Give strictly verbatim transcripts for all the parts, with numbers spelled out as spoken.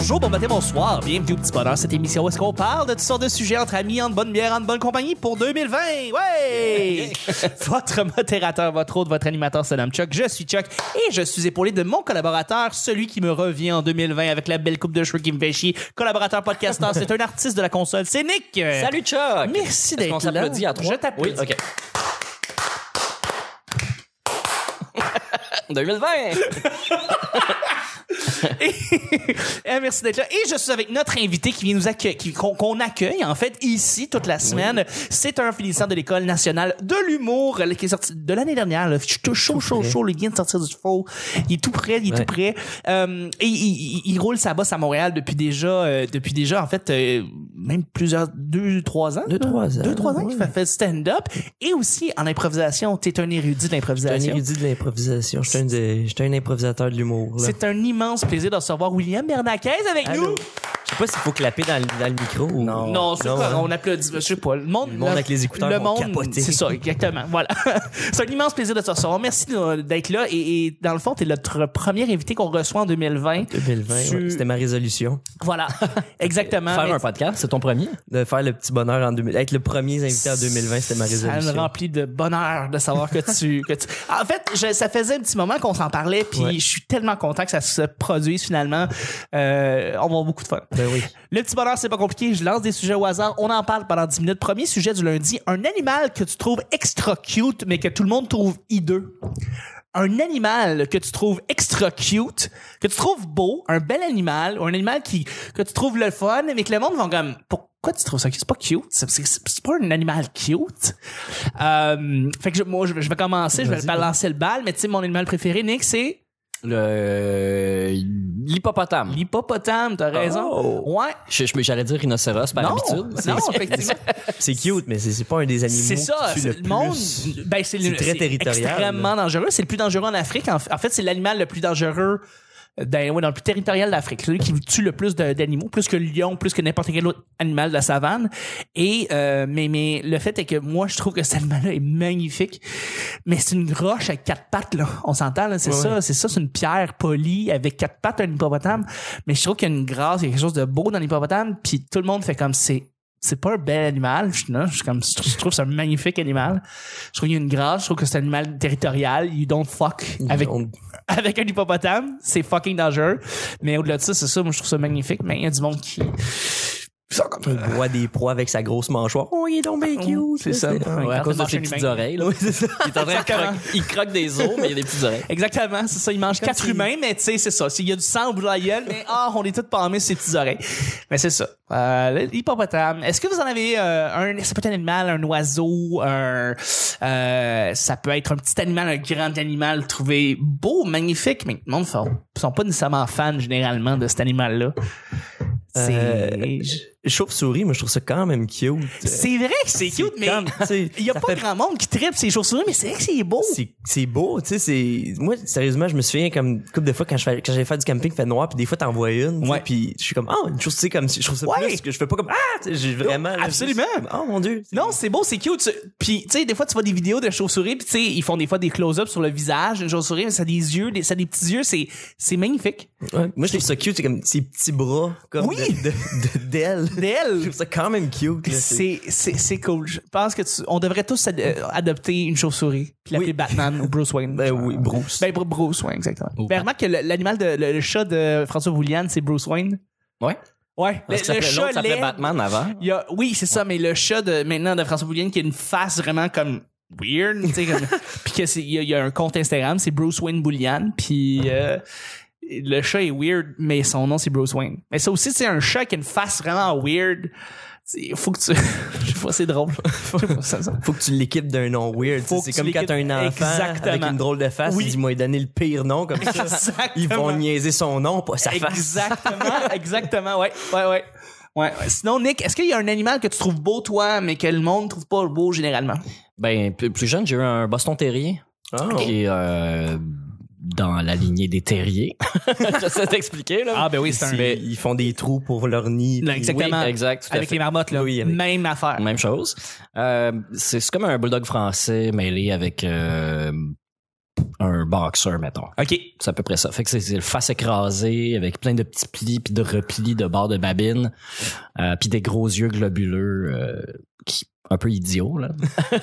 bonjour, bon matin, bonsoir. Bienvenue au Petit Bonheur, cette émission où est-ce qu'on parle de toutes sortes de sujets entre amis, en bonne bière, en bonne compagnie pour deux mille vingt. Ouais! Votre modérateur, votre hôte, votre animateur se nomme Chuck. Je suis Chuck et je suis épaulé de mon collaborateur, celui qui me revient en deux mille vingt avec la belle coupe de cheveux qui me fait chier. Collaborateur podcasteur, c'est un artiste de la console, c'est Nick. Salut Chuck! Merci d'être là. On s'applaudit à trois? Je t'applaudis. Oui, OK. deux mille vingt! Et, et merci d'être là. Et je suis avec notre invité qui vient nous accueillir, qu'on, qu'on accueille en fait ici toute la semaine. Oui. C'est un finissant de l'École nationale de l'humour qui est sorti de l'année dernière. Là. Chaud, chaud, chaud, chaud. Il vient de sortir du faux. Il est tout prêt, il est ouais. tout prêt. Euh, et il, il, il roule sa bosse à Montréal depuis déjà, euh, depuis déjà en fait euh, même plusieurs deux, trois ans. Deux, trois ans. Deux, trois ans ouais. qu'il fait, fait stand-up et aussi en improvisation. T'es un érudit de l'improvisation. Je suis un érudit de l'improvisation. Je suis un, de, je suis un improvisateur de l'humour. Là. C'est un immense plaisir de recevoir William Bernakez avec Allô. nous. Je sais pas s'il faut clapper dans le, dans le micro ou... Non, non c'est quoi? Hein? On applaudit. Je sais pas. Le monde, le monde avec les écouteurs le monde, capoter. C'est ça, exactement. Voilà. C'est un immense plaisir de te recevoir. Merci d'être là. Et, et dans le fond, t'es notre premier invité qu'on reçoit en deux mille vingt. deux mille vingt, tu... ouais, c'était ma résolution. Voilà. Exactement. Faire un podcast, c'est ton premier? De faire le petit bonheur en deux mille... Être le premier invité en deux mille vingt, c'était ma résolution. Ça me remplit de bonheur de savoir que tu... que tu... En fait, je, ça faisait un petit moment qu'on s'en parlait, puis ouais. je suis tellement content que ça se produise finalement. Euh, on va avoir beaucoup de fun. Ben oui. Le petit bonheur, c'est pas compliqué. Je lance des sujets au hasard. On en parle pendant dix minutes. Premier sujet du lundi. Un animal que tu trouves extra cute, mais que tout le monde trouve hideux. Un animal que tu trouves extra cute, que tu trouves beau, un bel animal, ou un animal qui, que tu trouves le fun, mais que le monde va comme, pourquoi tu trouves ça cute? C'est pas cute. C'est, c'est, c'est pas un animal cute. Euh, fait que je, moi, je, je vais commencer, je vais pas lancer le bal, mais tu sais, mon animal préféré, Nick, c'est le l'hippopotame. L'hippopotame, t'as raison. Oh. Ouais. Je, je, j'allais dire rhinocéros par non, habitude. Non, effectivement. C'est cute, mais c'est, c'est pas un des animaux. C'est ça. C'est c'est le, le monde. Plus... Ben c'est, c'est le, très c'est territorial. Extrêmement là. dangereux. C'est le plus dangereux en Afrique. En, en fait, c'est l'animal le plus dangereux. Dans, ouais, dans le plus territorial d'Afrique, celui qui tue le plus de, d'animaux, plus que le lion, plus que n'importe quel autre animal de la savane. Et euh, mais mais le fait est que moi je trouve que cet animal-là est magnifique. Mais c'est une roche avec quatre pattes là, on s'entend là, c'est ouais, ça, ouais. c'est ça, c'est une pierre polie avec quatre pattes un hippopotame. Mais je trouve qu'il y a une grâce, il y a quelque chose de beau dans l'hippopotame. Puis tout le monde fait comme c'est. C'est pas un bel animal, je, non, je, suis comme, je trouve que c'est un magnifique animal. Je trouve qu'il y a une grâce, je trouve que c'est un animal territorial. You don't fuck avec, don't... avec un hippopotame. C'est fucking dangereux. Mais au-delà de ça, c'est ça, moi je trouve ça magnifique. Mais il y a du monde qui... Il voit des proies avec sa grosse mâchoire. Oh, il est donc bien cute. C'est ça. C'est... Ouais, à cause de ses petites oreilles. Là. Oui, c'est ça. Il est en train de croque, il croque des os, mais il a des petites oreilles. Exactement, c'est ça. Il mange quatre humains, mais tu sais, c'est ça. Il y a du sang au bout de la gueule, mais ah, oh, on est tous palmés sur ses petites oreilles. Mais c'est ça. Euh, l'hippopotame. Est-ce que vous en avez euh, un, ça peut être un animal, un oiseau, un, euh, ça peut être un petit animal, un grand animal trouvé beau, magnifique, mais le monde ne sont pas nécessairement fans généralement de cet animal-là. C'est... Euh, chauve-souris, moi je trouve ça quand même cute. C'est vrai que c'est, c'est cute, mais il y a pas fait... grand monde qui tripe ces chauves-souris, mais c'est vrai que c'est beau. C'est, c'est beau, tu sais, c'est... Moi, sérieusement, je me souviens comme une couple de fois quand je fais, quand j'allais faire du camping, il fait noir, puis des fois t'en vois une, ouais. Puis je suis comme, ah, oh, une chose, tu sais, comme si je trouve ça ouais. plus, que je fais pas comme, ah, tu sais, j'ai vraiment... Non, absolument. Juste, oh mon Dieu. C'est non, c'est beau, c'est cute. Puis, tu sais, des fois, tu vois des vidéos de chauves-souris, puis tu sais, ils font des fois des close-ups sur le visage d'une chauve-souris, mais ça a des yeux, des, ça a des petits yeux, c'est, c'est magnifique. Ouais. Moi, je trouve ça cute, c'est comme ces petits bras, comme oui. de, de, de, d'elle. D'elle. Je trouve ça quand même cute. Là, c'est, c'est, c'est cool. Je pense que tu, on devrait tous ad- adopter une chauve-souris puis l'appeler oui. Batman ou Bruce Wayne. Ben oui, Bruce. Ben Bruce Wayne, exactement. Oh, ben remarque que le, l'animal de le, le chat de François Boulian, c'est Bruce Wayne. Ouais. Ouais. Le, le chat s'appelait Batman avant. Il y a, oui, c'est ça, mais le chat de maintenant de François Boulian qui a une face vraiment comme weird, tu sais, comme, puis que c'est, il y, a, il y a un compte Instagram, c'est Bruce Wayne Boulian, puis euh, le chat est weird, mais son nom c'est Bruce Wayne. Mais ça aussi, c'est un chat qui a une face vraiment weird. Il faut que tu... Je sais pas, c'est drôle. Faut, faut que tu l'équipes d'un nom weird. C'est comme quand t'as un enfant exactement. Avec une drôle de face, oui. Il dit, moi, il donné le pire nom, comme ça. Exactement. Ils vont niaiser son nom, pas sa face. Exactement, exactement, ouais, ouais, ouais. Ouais, ouais. Sinon, Nick, est-ce qu'il y a un animal que tu trouves beau, toi, mais que le monde trouve pas beau généralement? Ben, plus jeune, j'ai eu un Boston Terrier. Oh. Qui est, euh, dans la lignée des terriers. J'essaie d'expliquer, là. Ah, ben oui, c'est un... Mais ils font des trous pour leur nid. Là, exactement. Oui, exact. Avec les marmottes, là. Oui, avec... Même affaire. Même chose. Euh, c'est, c'est comme un bulldog français mêlé avec, euh, un boxer, mettons. OK. C'est à peu près ça. Fait que c'est, c'est le face écrasé avec plein de petits plis puis de replis de bords de babine, euh, puis des gros yeux globuleux euh, qui un peu idiot là.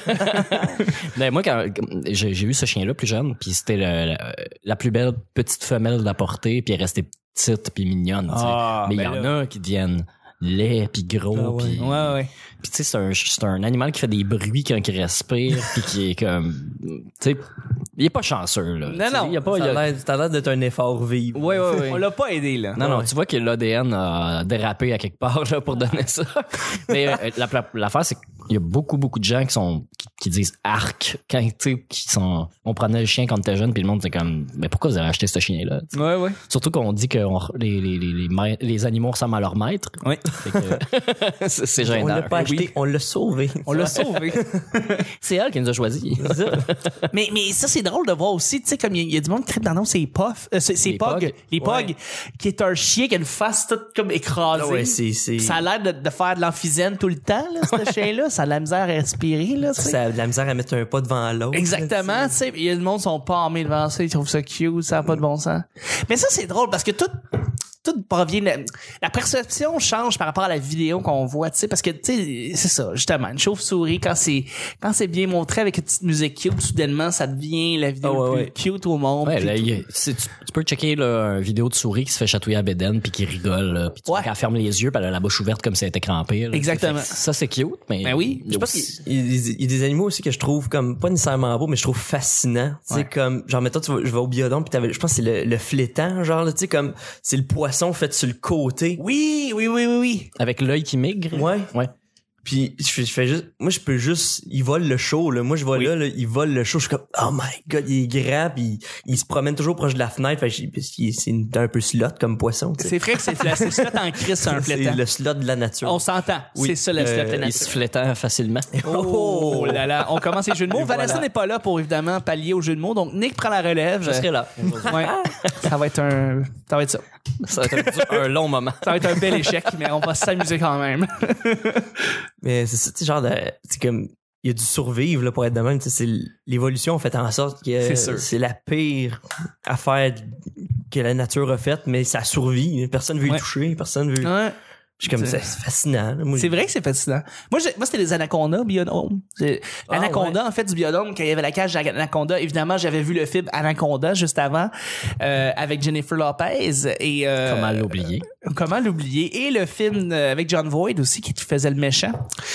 Mais moi quand j'ai, j'ai eu ce chien là plus jeune, puis c'était le, la, la plus belle petite femelle de la portée, puis elle restait petite puis mignonne, ah, mais il y en là. a qui deviennent laids puis gros, ah, ouais. puis ouais ouais. Puis tu sais c'est un c'est un animal qui fait des bruits quand il respire puis qui est comme tu sais il est pas chanceux là. Non non, il y a pas il a l'air t'as l'air d'être un effort vivre. Ouais ouais ouais. On l'a pas aidé là. Non non, ouais. Tu vois que l'A D N a dérapé à quelque part là pour donner ça. Mais euh, la, la l'affaire c'est qu'il y a beaucoup beaucoup de gens qui sont qui, qui disent arc quand tu sais qui sont on prenait le chien quand t'es jeune puis le monde c'est comme mais pourquoi vous avez acheté ce chien là? T'sais? Ouais ouais. Surtout qu'on dit que on, les, les les les ma- les animaux ressemblent à leur maître. Oui. c'est, c'est gênant. On l'a pas acheté, oui. On l'a sauvé. On l'a sauvé. C'est elle qui nous a choisi. mais mais ça c'est drôle de voir aussi, tu sais comme il y, y a du monde qui traite dans nom c'est puff, euh, c'est, c'est les pog, pog, les pog ouais. Qui est un chien qui a une face toute comme écrasée. Ah ouais, c'est, c'est... Ça a l'air de, de faire de l'emphysème tout le temps là, ce chien là, ça a de la misère à respirer là, ça a de la misère à mettre un pas devant l'autre. Exactement, tu sais, il y a du monde qui sont pas armés devant ça, ils trouvent ça cute, ça a pas de bon sens. Mais ça c'est drôle parce que tout tout provient de, la perception change par rapport à la vidéo qu'on voit, tu sais, parce que tu sais c'est ça justement une chauve-souris quand c'est quand c'est bien montré avec une petite musique cute, soudainement ça devient la vidéo oh, ouais, la plus ouais. cute au monde. Ouais, là, y a, c'est, tu, tu peux checker là, une vidéo de souris qui se fait chatouiller à bédaine puis qui rigole là, puis tu ouais. vois qu'elle ferme les yeux puis elle a la bouche ouverte comme si elle était crampée. Là. Exactement. Ça c'est cute, mais ben oui. Je pense qu'il y a des animaux aussi que je trouve comme pas nécessairement beaux, mais je trouve fascinants. Tu sais ouais. Comme genre mettons tu vas, je vais au biodôme puis t'avais, je pense que c'est le, le flétan genre tu sais comme c'est le poisson fait sur le côté. Oui, oui, oui, oui, oui. Avec l'œil qui migre. Ouais. Ouais. Puis je fais, je fais juste, moi je peux juste, il vole le show là. Moi je vois oui. là, là, il vole le show. Je suis comme, oh my god, il est grand. Puis il, il se promène toujours proche de la fenêtre. Fait que parce qu'il c'est une, un peu slot comme poisson. T'sais. C'est vrai que c'est, c'est le slot en crise, c'est un flétan. C'est le slot de la nature. On s'entend. Oui. C'est ça le euh, slot de la nature. Il se flétant facilement. Oh, oh là là, on commence les jeux de mots. Vanessa voilà. N'est pas là pour évidemment pallier aux jeux de mots. Donc Nick prend la relève. Je serai là. Ouais. Ça va être un, ça va être ça. Ça va être un, un long moment. Ça va être un bel échec, mais on va s'amuser quand même. Mais c'est ça, tu sais, genre de, c'est comme, il y a dû survivre, là, pour être de même, tu sais, c'est l'évolution a fait en sorte que c'est, c'est la pire affaire que la nature a faite, mais ça survit. Personne veut ouais. y toucher, personne veut. Ouais. Je suis comme, c'est, c'est fascinant. Là. Moi, c'est vrai que c'est fascinant. Moi, j'ai, moi c'était les anacondas biodôme. L'anaconda, ah, ouais. en fait, du biodôme, quand il y avait la cage d'anaconda, évidemment, j'avais vu le film Anaconda juste avant, euh, avec Jennifer Lopez. Et, euh, comment l'oublier? Comment l'oublier? Et le film avec John Voight aussi, qui faisait le méchant.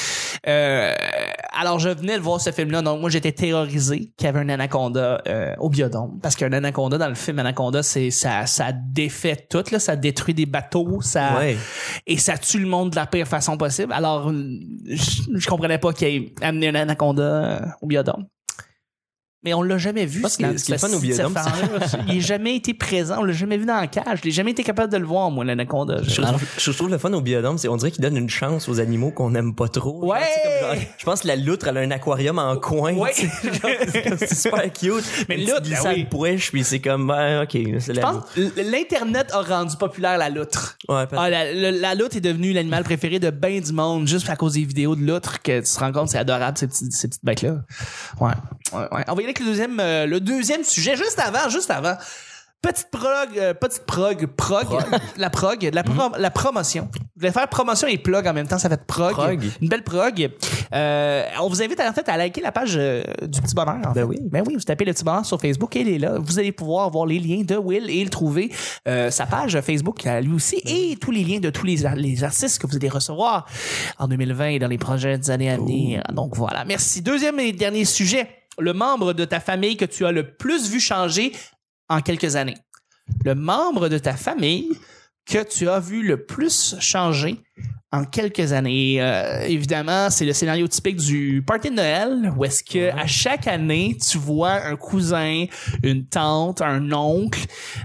Euh, alors, je venais de voir ce film-là. Donc, moi, j'étais terrorisé qu'il y avait un anaconda euh, au biodôme. Parce qu'un anaconda, dans le film Anaconda, c'est ça, ça défait tout, là. Ça détruit des bateaux. Ça, ouais. Et ça tue le monde de la pire façon possible. Alors, je, je comprenais pas qu'il ait amené un anaconda au biodôme. Mais on l'a jamais vu. Parce que ce qui est fun au biodôme, il n'a jamais été présent. On l'a jamais vu dans la cage. Je n'ai jamais été capable de le voir, moi, l'anaconda. Je, je, trouve, je trouve le fun au biodôme, c'est on dirait qu'il donne une chance aux animaux qu'on n'aime pas trop. Ouais. Genre, genre, je pense que la loutre, elle a un aquarium en coin. Ouais. Genre, c'est, c'est super cute. Mais loutre, ça oui. Pouèche, puis c'est comme, ben, ok. C'est je la pense que l'Internet a rendu populaire la loutre. Ouais, ah, la, la, la loutre est devenue l'animal préféré de ben du monde, juste à cause des vidéos de loutre que tu te rends compte, c'est adorable, ces petites, ces petites bêtes-là. Ouais. ouais, ouais. On va y aller avec le deuxième, euh, le deuxième sujet, juste avant, juste avant. Petite prog, euh, petite prog, prog, prog. la prog, la, pro, mm-hmm. la promotion. Je voulais faire promotion et plug en même temps, ça fait prog. prog. Une belle prog. Euh, on vous invite en fait à liker la page euh, du Petit Bonheur. En ben fait. oui. Ben oui, vous tapez le Petit Bonheur sur Facebook, il est là. Vous allez pouvoir voir les liens de Will et le trouver euh, sa page Facebook lui aussi mm. et tous les liens de tous les, les artistes que vous allez recevoir en deux mille vingt et dans les prochaines années à venir. Ooh. Donc voilà. Merci. Deuxième et dernier sujet. Le membre de ta famille que tu as le plus vu changer en quelques années. Le membre de ta famille que tu as vu le plus changer en quelques années. Euh, évidemment, c'est le scénario typique du party de Noël où est-ce que à chaque année, tu vois un cousin, une tante, un oncle,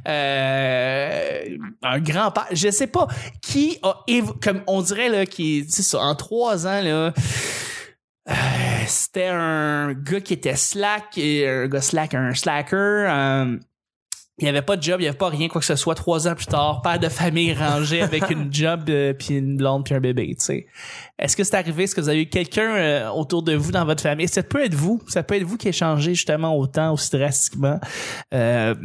euh, un grand-père, je sais pas, qui a, évo- comme on dirait, là, qui, tu sais ça, en trois ans, là, Euh, c'était un gars qui était slack, et un gars slack, un slacker. Euh, il y avait pas de job, il y avait pas rien, quoi que ce soit. Trois ans plus tard, père de famille rangé avec une job, euh, puis une blonde, puis un bébé, tu sais. Est-ce que c'est arrivé? Est-ce que vous avez eu quelqu'un euh, autour de vous dans votre famille? Ça peut être vous. Ça peut être vous qui ait changé justement autant, aussi drastiquement. Euh,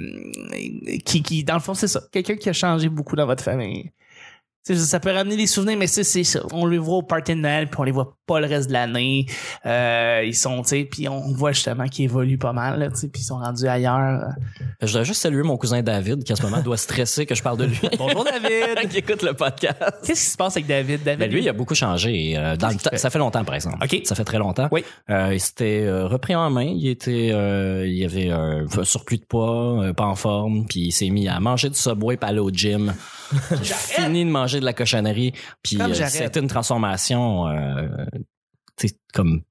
qui, qui, dans le fond, c'est ça. Quelqu'un qui a changé beaucoup dans votre famille. T'sais, ça peut ramener des souvenirs, mais c'est, c'est ça. On les voit au party de Noël, puis on les voit pas le reste de l'année. Euh, ils sont, tu sais, puis on voit justement qu'ils évoluent pas mal, là, tu sais, puis ils sont rendus ailleurs. Je voudrais juste saluer mon cousin David, qui en ce moment doit stresser que je parle de lui. Bonjour David! Qui écoute le podcast. Qu'est-ce qui se passe avec David? David Ben lui, il a beaucoup changé. Euh, dans le temps, ça fait longtemps, par exemple. OK. Ça fait très longtemps. Oui. Euh, il s'était euh, repris en main. Il était, euh, il avait un surplus de poids, euh, pas en forme, puis il s'est mis à manger du Subway, puis aller au gym. J'ai fini de manger de la cochonnerie, puis euh, c'était une transformation, euh, tu sais, comme...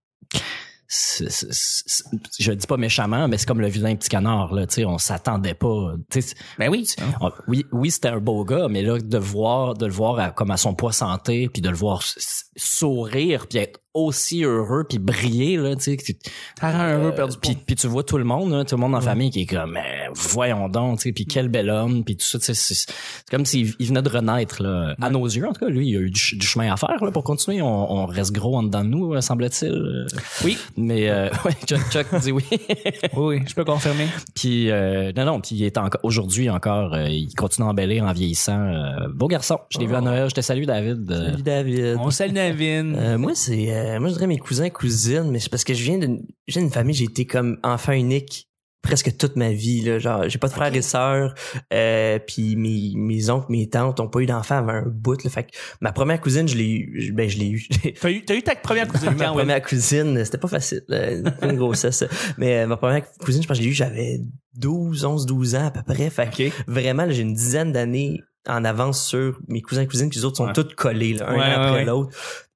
C'est, c'est, c'est, je dis pas méchamment, mais c'est comme le vilain petit canard, là, tu sais, on s'attendait pas, tu sais. Ben oui. On, oui, oui, c'était un beau gars, mais là, de voir, de le voir à, comme à son poids santé, puis de le voir sourire, puis être aussi heureux, puis briller, là, tu sais. Parent heureux, perdu puis, puis tu vois tout le monde, là, tout le monde dans la famille qui est comme, mais voyons donc, tu sais, puis quel bel homme, puis tout ça, tu sais, c'est, c'est comme s'il il venait de renaître, là, à nos yeux, en tout cas. Lui, il a eu du, du chemin à faire, là, pour continuer. On, on reste gros en dedans de nous, semble-t-il. Oui. Mais euh, ouais, Chuck, Chuck dit oui. oui, oui, je peux confirmer. Puis euh, non, non, puis il est encore aujourd'hui encore, euh, il continue à embellir en vieillissant. Euh, beau garçon. Je l'ai oh. vu à Noël. Je te salue, David. Salut David. On salue David. Euh, moi, c'est, euh, moi je dirais mes cousins, cousines, mais c'est parce que je viens d'une, je viens d'une famille, j'ai été comme enfant unique presque toute ma vie, là, genre j'ai pas de frères okay. et sœurs, euh, puis mes mes oncles, mes tantes ont pas eu d'enfants avant un bout, là, fait que ma première cousine, je l'ai eu, ben je l'ai eu. T'as eu, t'as eu ta première cousine ma quand, première ouais. cousine, c'était pas facile, là, une grossesse, mais euh, ma première cousine, je pense que je l'ai eu, j'avais douze, onze, douze ans à peu près, fait que okay. vraiment, là, j'ai une dizaine d'années en avance sur mes cousins et cousines, puis les autres sont ouais. tous collés, là, un ouais, après ouais. l'autre.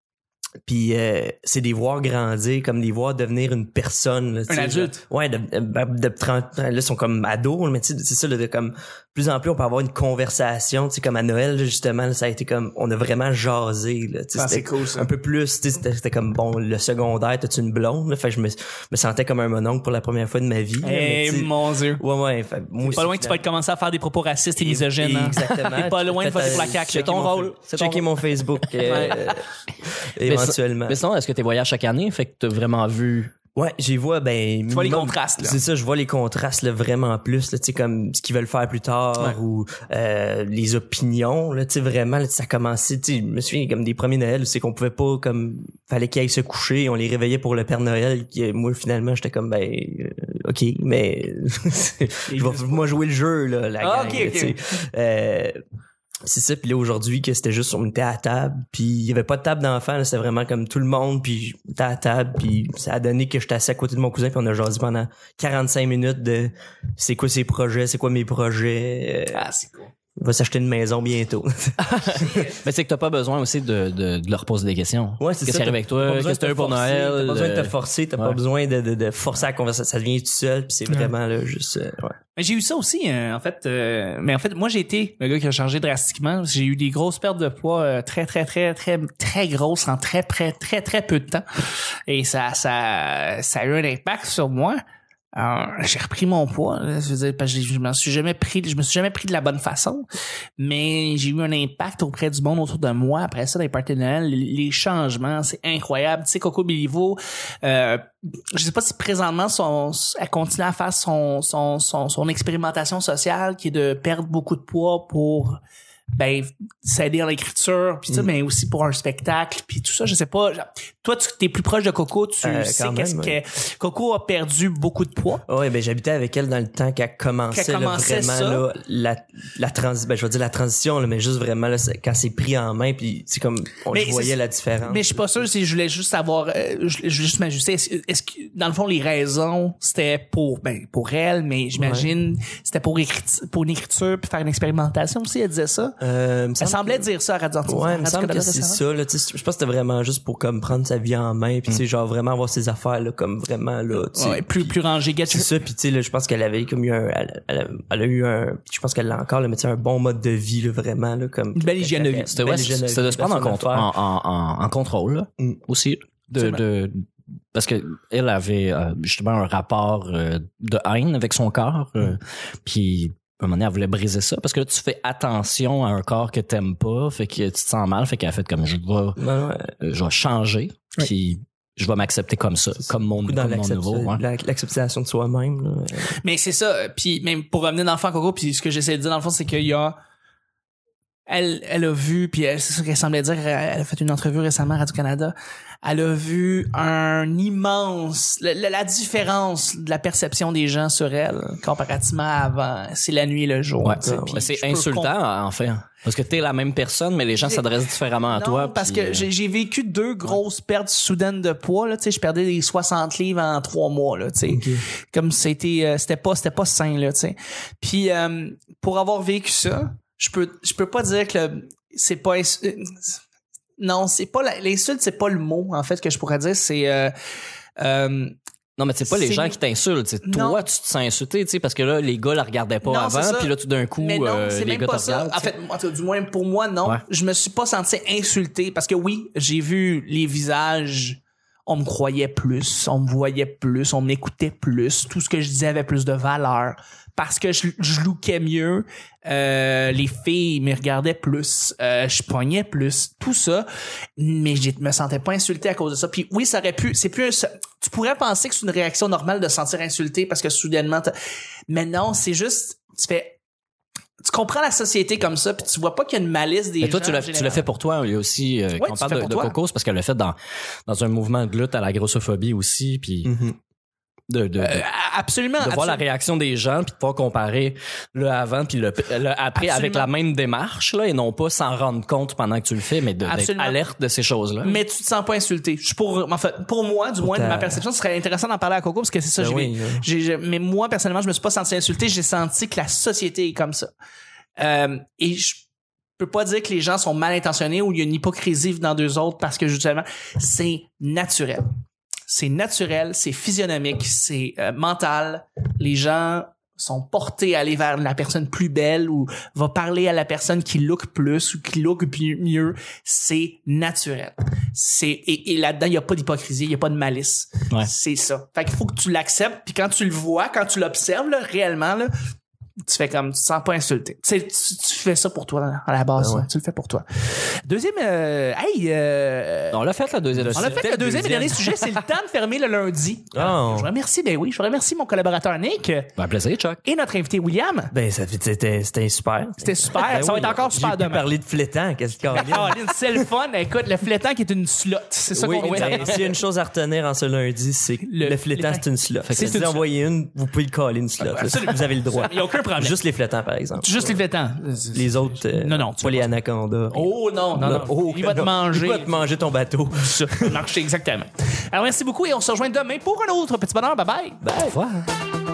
Puis euh, c'est des voir grandir, comme des voir devenir une personne, là, un adulte. Là, ouais, de, de, de trente ans, là ils sont comme ados, mais tu sais, c'est ça, là, de comme plus en plus on peut avoir une conversation, tu sais, comme à Noël là, justement, là, ça a été comme on a vraiment jasé, là, tu sais, ah, c'est cool, ça. Un peu plus, tu sais, c'était, c'était comme bon, le secondaire, t'as-tu une blonde, là, fait que je me, me sentais comme un mononcle pour la première fois de ma vie. Eh hey, mon Dieu. Ouais ouais, fait, moi aussi, pas loin que tu vas commencer à faire des propos racistes et misogynes. Hein? Exactement. T'es pas loin de voter pour la C A Q. C'est ton rôle. C'est checker mon Facebook euh, éventuellement. Mais sinon, est-ce que t'es voyagé chaque année? Fait que t'as vraiment vu... Ouais, j'y vois, ben... Tu vois les contrastes, là. C'est ça, je vois les contrastes, là, vraiment plus, là, tu sais, comme ce qu'ils veulent faire plus tard, ouais. ou euh, les opinions, là, tu sais, vraiment, là, ça a commencé, tu sais, je me souviens, comme des premiers Noël, c'est qu'on pouvait pas, comme, fallait qu'ils aillent se coucher, on les réveillait pour le Père Noël, qui, moi, finalement, j'étais comme, ben, euh, OK, mais je vais, moi, jouer le jeu, là, la ah, gang, okay, tu sais. Okay. Euh, c'est ça, puis là aujourd'hui que c'était juste on était à la table, puis il y avait pas de table d'enfants, là, c'était vraiment comme tout le monde, puis j'étais à la table, puis ça a donné que j'étais assis à côté de mon cousin, puis on a jasé pendant quarante-cinq minutes de c'est quoi ses projets, c'est quoi mes projets. Euh, ah, c'est cool. Il va s'acheter une maison bientôt. Mais c'est que t'as pas besoin aussi de, de, de leur poser des questions. Ouais, c'est Qu'est-ce ça. qui arrive avec toi? Qu'est-ce que tu veux pour Noël? T'as pas besoin de te forcer, t'as ouais. pas besoin de, de, de forcer la conversation. Ça devient tout seul, puis c'est ouais. vraiment là juste. Euh, ouais. Mais j'ai eu ça aussi, euh, en fait. Euh, mais en fait, moi j'ai été le gars qui a changé drastiquement. J'ai eu des grosses pertes de poids euh, très, très, très, très, très grosses en très, très, très, très peu de temps. Et ça, ça, ça a eu un impact sur moi. Alors, j'ai repris mon poids, là, je veux dire, parce que je m'en suis jamais pris, je me suis jamais pris de la bonne façon, mais j'ai eu un impact auprès du monde autour de moi. Après ça, dans les parties de Noël, les changements, c'est incroyable. Tu sais, Coco Béliveau, euh, je sais pas si présentement son, elle continue à faire son, son, son, son expérimentation sociale qui est de perdre beaucoup de poids pour ben s'aider en l'écriture puis ça, mm. mais aussi pour un spectacle puis tout ça, je sais pas. Genre, toi tu t'es plus proche de Coco, tu euh, sais qu'est-ce même, ouais. que Coco a perdu beaucoup de poids. Ouais, ben j'habitais avec elle dans le temps qu'elle commençait, qu'elle commençait là, vraiment là, la la transi- ben je vais dire la transition là, mais juste vraiment là quand c'est pris en main puis c'est comme on mais voyait la différence. Mais je suis pas sûr si je voulais juste savoir euh, je voulais juste m'ajuster. Est-ce, est-ce que dans le fond les raisons c'était pour ben pour elle, mais j'imagine ouais. c'était pour écrit, pour une écriture puis faire une expérimentation aussi, elle disait ça. Euh, elle semblait que... dire ça à Radio Antilles. Ouais, il me semble que c'est ça là, tu sais, je pense que c'était vraiment juste pour comme prendre sa vie en main puis tu sais mm. genre vraiment avoir ses affaires là comme vraiment là, tu sais. Ouais, plus plus rangé, c'est ça puis tu sais là, je pense qu'elle avait comme eu un elle, elle, a, elle a eu un je pense qu'elle l'a encore là, mais tu sais un bon mode de vie là vraiment là comme une belle hygiène de vie. C'était ouais, c'était de se prendre en compte en, en, en, en contrôle là, mm. aussi de de parce que elle avait euh, justement un rapport euh, de haine avec son corps, euh, puis un moment donné, elle voulait briser ça parce que là, tu fais attention à un corps que t'aimes pas, fait que tu te sens mal, fait qu'elle a fait comme je vais, Ben ouais. euh, je vais changer, Oui. puis je vais m'accepter comme ça, comme mon, Dans comme mon nouveau. Ouais. l'acceptation de soi-même. Là. Mais c'est ça. Puis même pour revenir dans le fond Coco, puis ce que j'essaie de dire dans le fond, c'est qu'il y a elle, elle a vu, puis elle, c'est ça qu'elle semblait dire, elle a fait une entrevue récemment à Radio-Canada, elle a vu un immense, la, la, la différence de la perception des gens sur elle, comparativement à avant, c'est la nuit et le jour. Ouais, tu sais, ouais. puis C'est je peux insultant, comprendre. en fait. Parce que t'es la même personne, mais les gens J'ai- s'adressent différemment à Non, toi. parce puis, que euh, j'ai, j'ai vécu deux grosses pertes soudaines de poids, là, tu sais, je perdais des soixante livres en trois mois, là, tu sais. Okay. Comme c'était, euh, c'était pas, c'était pas sain, là, tu sais. Puis, euh, pour avoir vécu ça, je peux, je peux pas dire que le- c'est pas, ins- non, c'est pas la- l'insulte, c'est pas le mot, en fait, que je pourrais dire, c'est, euh, euh, Non, mais c'est pas les c'est- gens qui t'insultent. C'est Non. toi, tu te sens insulté, tu sais, parce que là, les gars la regardaient pas Non, c'est avant, ça. puis là, tout d'un coup, mais non, euh, c'est les même gars te pas ça. regardent. En fait, moi, du moins pour moi, non. Ouais. Je me suis pas senti insulté parce que oui, j'ai vu les visages. On me croyait plus, on me voyait plus, on m'écoutait plus. Tout ce que je disais avait plus de valeur parce que je, je lookais mieux. Euh, les filles me regardaient plus, euh, je pognais plus, tout ça. Mais je me sentais pas insulté à cause de ça. Puis oui, ça aurait pu. C'est plus. un- Tu pourrais penser que c'est une réaction normale de se sentir insulté parce que soudainement. t'as- Mais non, c'est juste. Tu fais. Tu comprends la société comme ça, puis tu vois pas qu'il y a une malice des Mais toi, gens. tu l'as, en tu général. l'as fait pour toi. Il y a aussi, euh, Ouais, quand tu on parle fais de, pour de toi. Coco, c'est parce qu'elle l'a fait dans, dans un mouvement de lutte à la grossophobie aussi, puis Mm-hmm. de, de, de, Euh, absolument. de voir la absolument. réaction des gens, puis de pouvoir comparer le avant puis le, le après Absolument. avec la même démarche, là, et non pas s'en rendre compte pendant que tu le fais, mais de, d'être Absolument. alerte de ces choses-là. Mais tu te sens pas insulté. Je suis pour, en fait, pour moi, du moins, de ta- ma perception, ce serait intéressant d'en parler à Coco parce que c'est ça, Ben j'ai, oui, oui. j'ai, j'ai- mais moi, personnellement, je me suis pas senti insulté. J'ai senti que la société est comme ça. Euh, et je peux pas dire que les gens sont mal intentionnés ou il y a une hypocrisie dans deux autres parce que justement, c'est naturel. C'est naturel, c'est physionomique, c'est euh, mental. Les gens sont portés à aller vers la personne plus belle ou va parler à la personne qui look plus ou qui look pi- mieux. C'est naturel. C'est et, et là-dedans, il y a pas d'hypocrisie, il y a pas de malice. Ouais. C'est ça. Fait qu'il faut que tu l'acceptes, puis quand tu le vois, quand tu l'observes là, réellement là, tu fais comme tu te sens pas insulté. Tu, sais, tu, tu fais ça pour toi à la base, Ah ouais. ça. Tu le fais pour toi. Deuxième euh, hey euh, On l'a fait la deuxième. on a fait le deuxième et dernier sujet, c'est le temps de fermer le lundi. Oh. Je remercie, ben oui, je remercie mon collaborateur Nick Ben, plaisir, Chuck. et notre invité William. Ben, ça fait, c'était, c'était super. C'était super. Ben ça va oui, être encore super j'ai pu demain. parler de flétan, qu'est-ce que Caroline, c'est le fun. Écoute, le flétan qui est une slot. C'est ça Oui, qu'on vient de ben, s'il y a une chose à retenir en ce lundi, c'est que Le le, flétan, flétan. c'est une slot. Fait que C'est si une vous en envoyez une, vous pouvez le coller une slot. Absolument. Vous avez le droit. Il y a aucun problème. Juste les flétans, par exemple. Juste les flétans. Les autres, euh, Non, non, tu pas vas les pas- anacondas. Oh non, non, non. Oh, il va te non. manger. Il va te manger ton bateau. Ça, marcher exactement. Alors merci beaucoup et on se rejoint demain pour un autre petit bonheur. Bye bye. Ben, Au revoir.